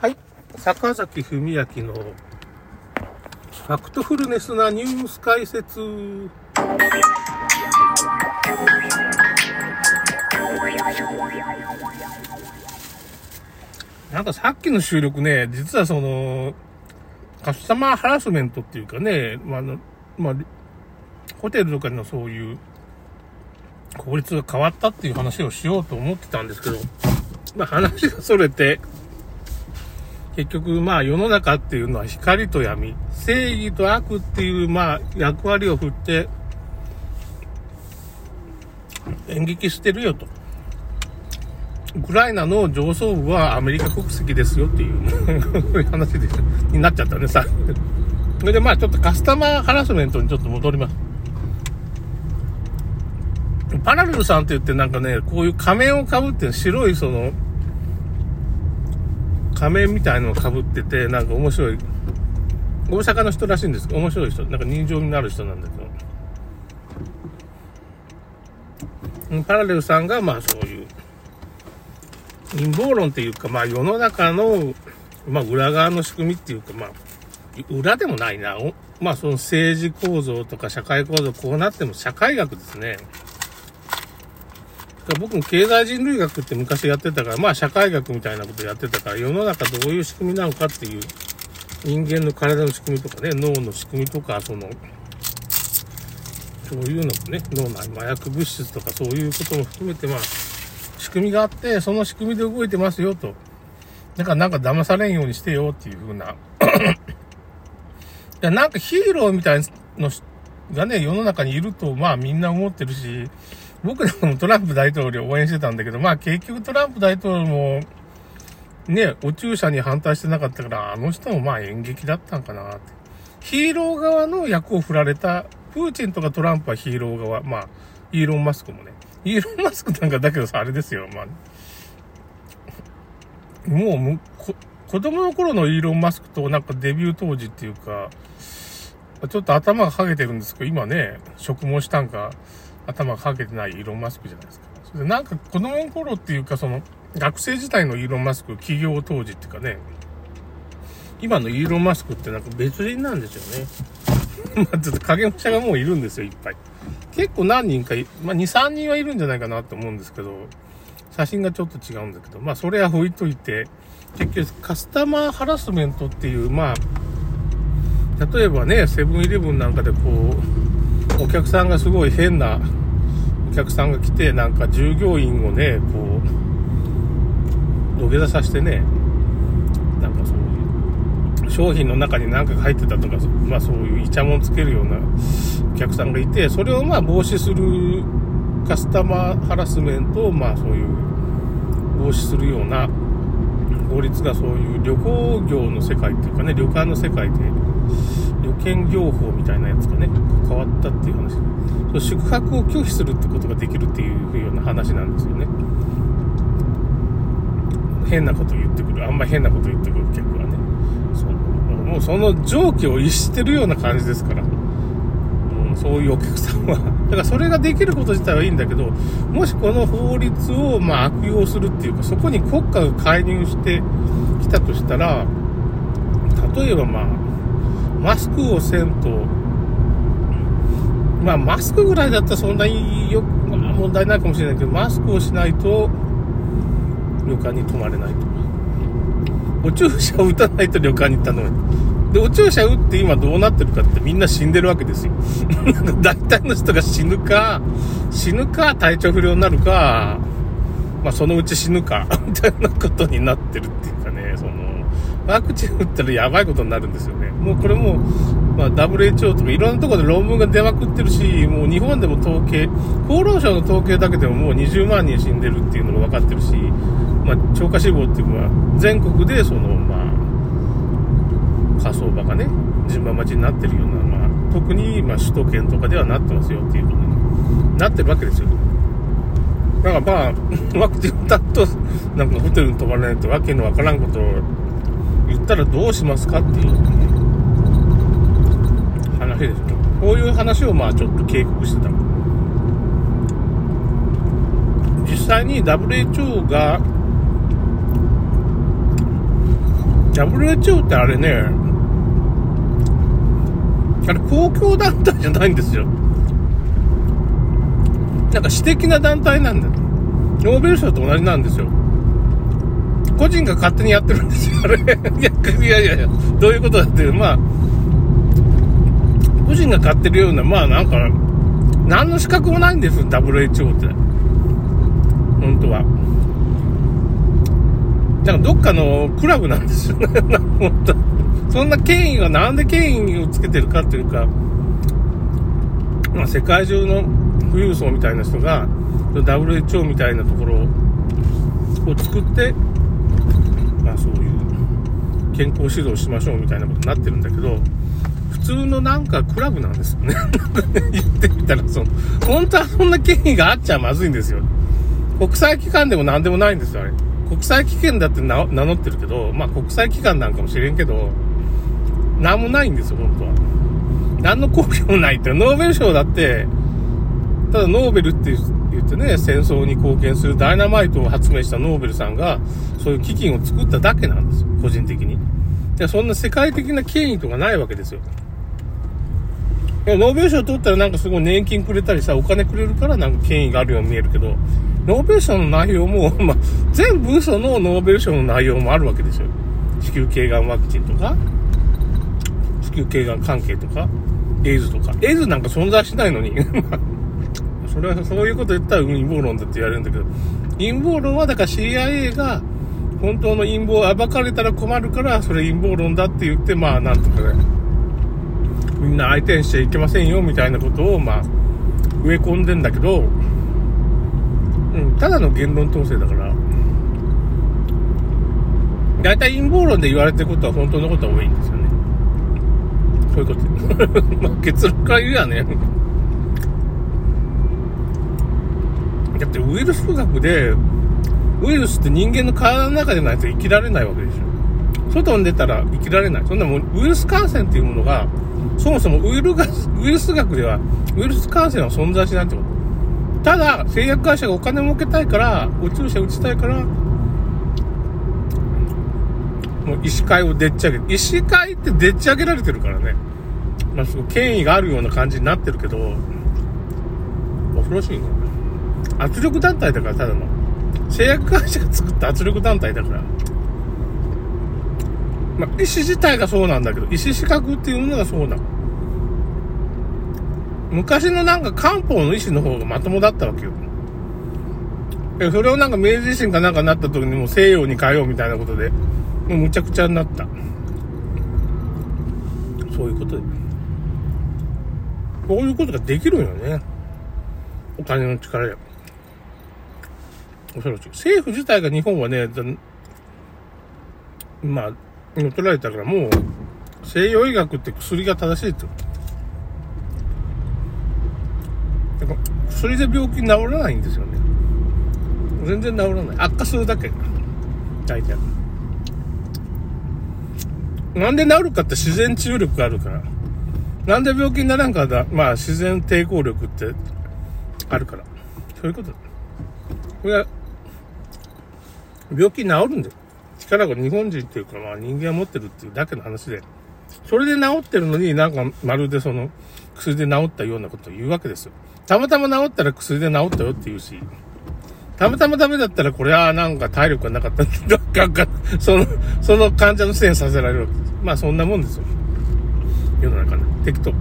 はい、坂崎文明のファクトフルネスなニュース解説。なんかさっきの収録ね、実はカスタマーハラスメントっていうかね、ホテルとかのそういう法律が変わったっていう話をしようと思ってたんですけど、話がそれて、結局世の中っていうのは光と闇、正義と悪っていう役割を振って演劇してるよと。ウクライナの上層部はアメリカ国籍ですよっていう話になっちゃったねさ。それでちょっとカスタマーハラスメントにちょっと戻ります。パラレルさんって言ってこういう仮面を被って白い仮面みたいのを被ってて面白い大阪の人らしいんですけど、面白い人人情味のある人なんだけど、パラレルさんがそういう陰謀論っていうか世の中の裏側の仕組みっていうか裏でもないなその政治構造とか社会構造こうなっても社会学ですね。僕も経済人類学って昔やってたから社会学みたいなことやってたから、世の中どういう仕組みなのかっていう人間の体の仕組みとかね、脳の仕組みとかそういうのもね、脳内麻薬物質とかそういうことも含めて仕組みがあって、その仕組みで動いてますよと。だから騙されんようにしてよっていう風な。いやヒーローみたいのがね、世の中にいるとみんな思ってるし、僕なんかもトランプ大統領を応援してたんだけど、結局トランプ大統領もね、お注射に反対してなかったから、あの人も演劇だったんかなって。ヒーロー側の役を振られた、プーチンとかトランプはヒーロー側、イーロン・マスクもね。イーロン・マスクなんかだけどさ、あれですよ、もう子供の頃のイーロン・マスクとデビュー当時っていうか、ちょっと頭がハゲてるんですけど、今ね、植毛したんか、頭がハゲてないイーロン・マスクじゃないですか。それで子供の頃っていうか、学生時代のイーロン・マスク、起業当時っていうかね、今のイーロン・マスクって別人なんですよね。ちょっと影武者がもういるんですよ、いっぱい。結構何人か、2、3人はいるんじゃないかなと思うんですけど、写真がちょっと違うんだけど、それは置いといて、結局カスタマーハラスメントっていう、例えばね、セブンイレブンなんかでお客さんがすごい変なお客さんが来て、従業員をね、土下座させてね、そういう商品の中にが入ってたとか、そういうイチャモンつけるようなお客さんがいて、それを防止するカスタマーハラスメントをそういう防止するような法律がそういう旅行業の世界っていうかね、旅館の世界で旅券業法みたいなやつがね変わったっていう話で、宿泊を拒否するってことができるっていうような話なんですよね。変なこと言ってくる、あんま変なこと言ってくる客はね、もうその常軌を逸してるような感じですから、そういうお客さんはだからそれができること自体はいいんだけど、もしこの法律を悪用するっていうか、そこに国家が介入してきたとしたら、例えばマスクをせんと、マスクぐらいだったらそんなに問題ないかもしれないけど、マスクをしないと旅館に泊まれないとか、お注射を打たないと旅館に頼めない。で、お注射打って今どうなってるかって、みんな死んでるわけですよ。大体の人が死ぬか体調不良になるか、そのうち死ぬかみたいなことになってるっていうかね、ワクチン打ったらやばいことになるんですよね。もうこれもWHO とかいろんなところで論文が出まくってるし、もう日本でも統計、厚労省の統計だけでももう20万人死んでるっていうのが分かってるし、超過死亡っていうのは全国で火葬場がね順番待ちになってるような、特に首都圏とかではなってますよっていうことになってるわけですよ。だからワクチンを打ったとホテルに泊まれないとわけのわからんことを言ったらどうしますかっていう話ですよ。こういう話をちょっと警告してた。実際に WHO が WHO ってあれね、あれ公共団体じゃないんですよ。なんか私的な団体なんだよ。ノーベル賞と同じなんですよ。個人が勝手にやってるんですよ、あれ。いや、どういうことだって、まあ、個人が買ってるような、まあなんか、何の資格もないんですよ、WHO って。本当は。なんかどっかのクラブなんですよね。本当そんな権威が、なんで権威をつけてるかっていうか、まあ世界中の富裕層みたいな人が、WHO みたいなところを作って、まあそういう健康指導しましょうみたいなことになってるんだけど、普通のなんかクラブなんですよね。言ってみたら本当はそんな権威があっちゃまずいんですよ。国際機関でも何でもないんですよ、あれ。国際機関だって名乗ってるけど、まあ国際機関なんかもしれんけど、なんもないんですよ、本当は。何の根拠もないって。ノーベル賞だって、ただノーベルって言ってね、戦争に貢献するダイナマイトを発明したノーベルさんが、そういう基金を作っただけなんですよ、個人的に。でそんな世界的な権威とかないわけですよ。ノーベル賞取ったらなんかすごい年金くれたりさ、お金くれるからなんか権威があるように見えるけど、ノーベル賞の内容も、まあ、全部嘘のノーベル賞の内容もあるわけですよ。子宮頸がんワクチンとか、子宮頸がん関係とか、エイズとか。エイズなんか存在しないのに。それはそういうこと言ったら陰謀論だって言われるんだけど、陰謀論はだから CIA が本当の陰謀を暴かれたら困るから、それ陰謀論だって言って、まあなんとかね、みんな相手にしちゃいけませんよみたいなことをまあ植え込んでんだけど、ただの言論統制だから、だいたい陰謀論で言われてることは本当のことは多いんですよね。そういうこと。まあ結論から言うやね。だってウイルス学で、ウイルスって人間の体の中でないと生きられないわけでしょ。外に出たら生きられない。そんなもん、ウイルス感染っていうものが、そもそもウイルス学では、ウイルス感染は存在しないってこと。ただ、製薬会社がお金儲けたいから、お注射打ちたいから、もう医師会をでっち上げる。医師会ってでっち上げられてるからね。まあ、すごい権威があるような感じになってるけど、恐ろしいね。圧力団体だから、ただの。製薬会社が作った圧力団体だから。まあ、医師自体がそうなんだけど、医師資格っていうのがそうなの。昔のなんか漢方の医師の方がまともだったわけよ。それをなんか明治維新かなんかになった時にもう西洋に変えようみたいなことで、もうむちゃくちゃになった。そういうことで。こういうことができるんよね。お金の力で。恐ろしい。政府自体が日本はね、まあ、乗っ取られたからもう、西洋医学って薬が正しいって。薬で病気治らないんですよね。全然治らない。悪化するだけ。大体。なんで治るかって自然治癒力があるから。なんで病気にならんかだ。まあ自然抵抗力ってあるから。そういうことだ。これは、病気治るんだよ。力が日本人っていうか、まあ人間が持ってるっていうだけの話で。それで治ってるのになんかまるでその薬で治ったようなことを言うわけですよ。たまたま治ったら薬で治ったよって言うし、たまたまダメだったらこれはなんか体力がなかったってその患者のせいにさせられるわけです。まあそんなもんですよ。世の中ね。適当。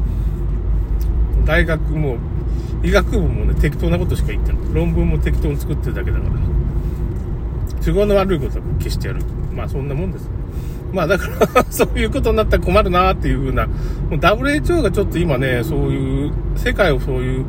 大学も、医学部もね、適当なことしか言ってない。論文も適当に作ってるだけだから。都合の悪いことは消してやる。まあそんなもんです。まあだからそういうことになったら困るなっていう風な、もう WHO がちょっと今ね、そういう、世界をそういう、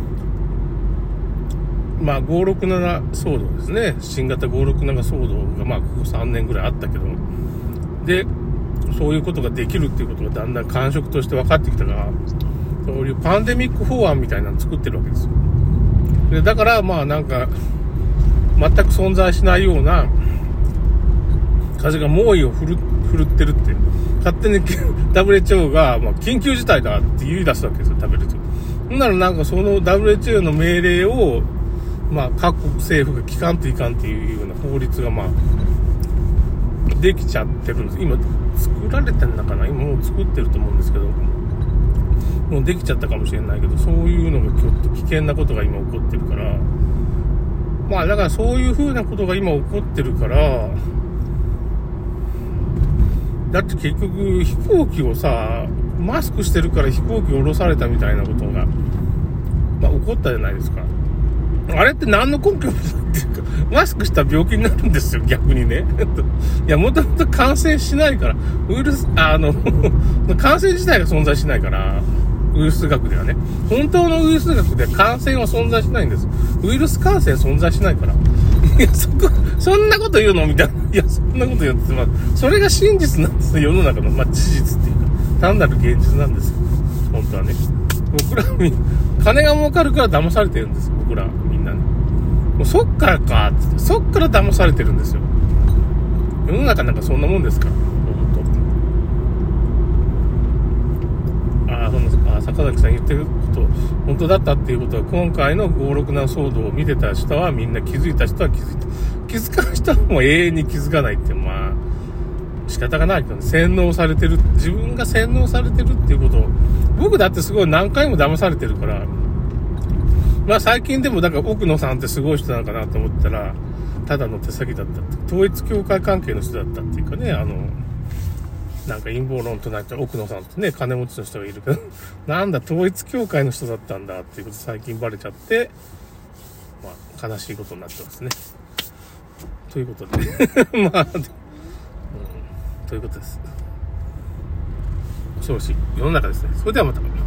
まあ567騒動ですね。新型567騒動がまあここ3年ぐらいあったけど、で、そういうことができるっていうことがだんだん感触として分かってきたから、そういうパンデミック法案みたいなの作ってるわけですよ。で、だからまあなんか、全く存在しないような風が猛威を振るってるって勝手にWHO が、まあ、緊急事態だって言い出すわけですよ、WHO。ほんならなんかその WHO の命令を、まあ各国政府が聞かんといかんっていうような法律がまあできちゃってるんです。今、作られてんのかな、今もう作ってると思うんですけど、もうできちゃったかもしれないけど、そういうのがちょっと危険なことが今起こってるから、まあだからそういう風なことが今起こってるから、だって結局飛行機をさ、マスクしてるから飛行機を降ろされたみたいなことが、まあ起こったじゃないですか。あれって何の根拠もないっていうか、マスクしたら病気になるんですよ、逆にね。いや、もともと感染しないから、ウイルス、感染自体が存在しないから、ウイルス学ではね。本当のウイルス学では感染は存在しないんです。ウイルス感染存在しないから。いや、そんなこと言うのみたいな。いや、そんなこと言うのって、まあ、それが真実なんですよ、世の中の。まあ、事実っていうか、単なる現実なんですよ。本当はね。僕ら、金が儲かるから騙されてるんです。僕ら、みんなね。もうそっからか、ってそっから騙されてるんですよ。世の中なんかそんなもんですから。坂崎さん言ってること本当だったっていうことは、今回の567騒動を見てた人はみんな気づいた人は気づいた、気づかない人はもう永遠に気づかないって、まあ仕方がないけど、ね、洗脳されてる、自分が洗脳されてるっていうことを、僕だってすごい何回も騙されてるから、まあ最近でもだから奥野さんってすごい人なのかなと思ったら、ただの手先だったって、統一教会関係の人だったっていうかね、なんか陰謀論となって奥野さんってね、金持ちの人がいるけど、なんだ、統一教会の人だったんだっていうこと最近バレちゃって、まあ、悲しいことになってますね。ということで、まあ、ということです。恐ろしい世の中ですね。それではまた。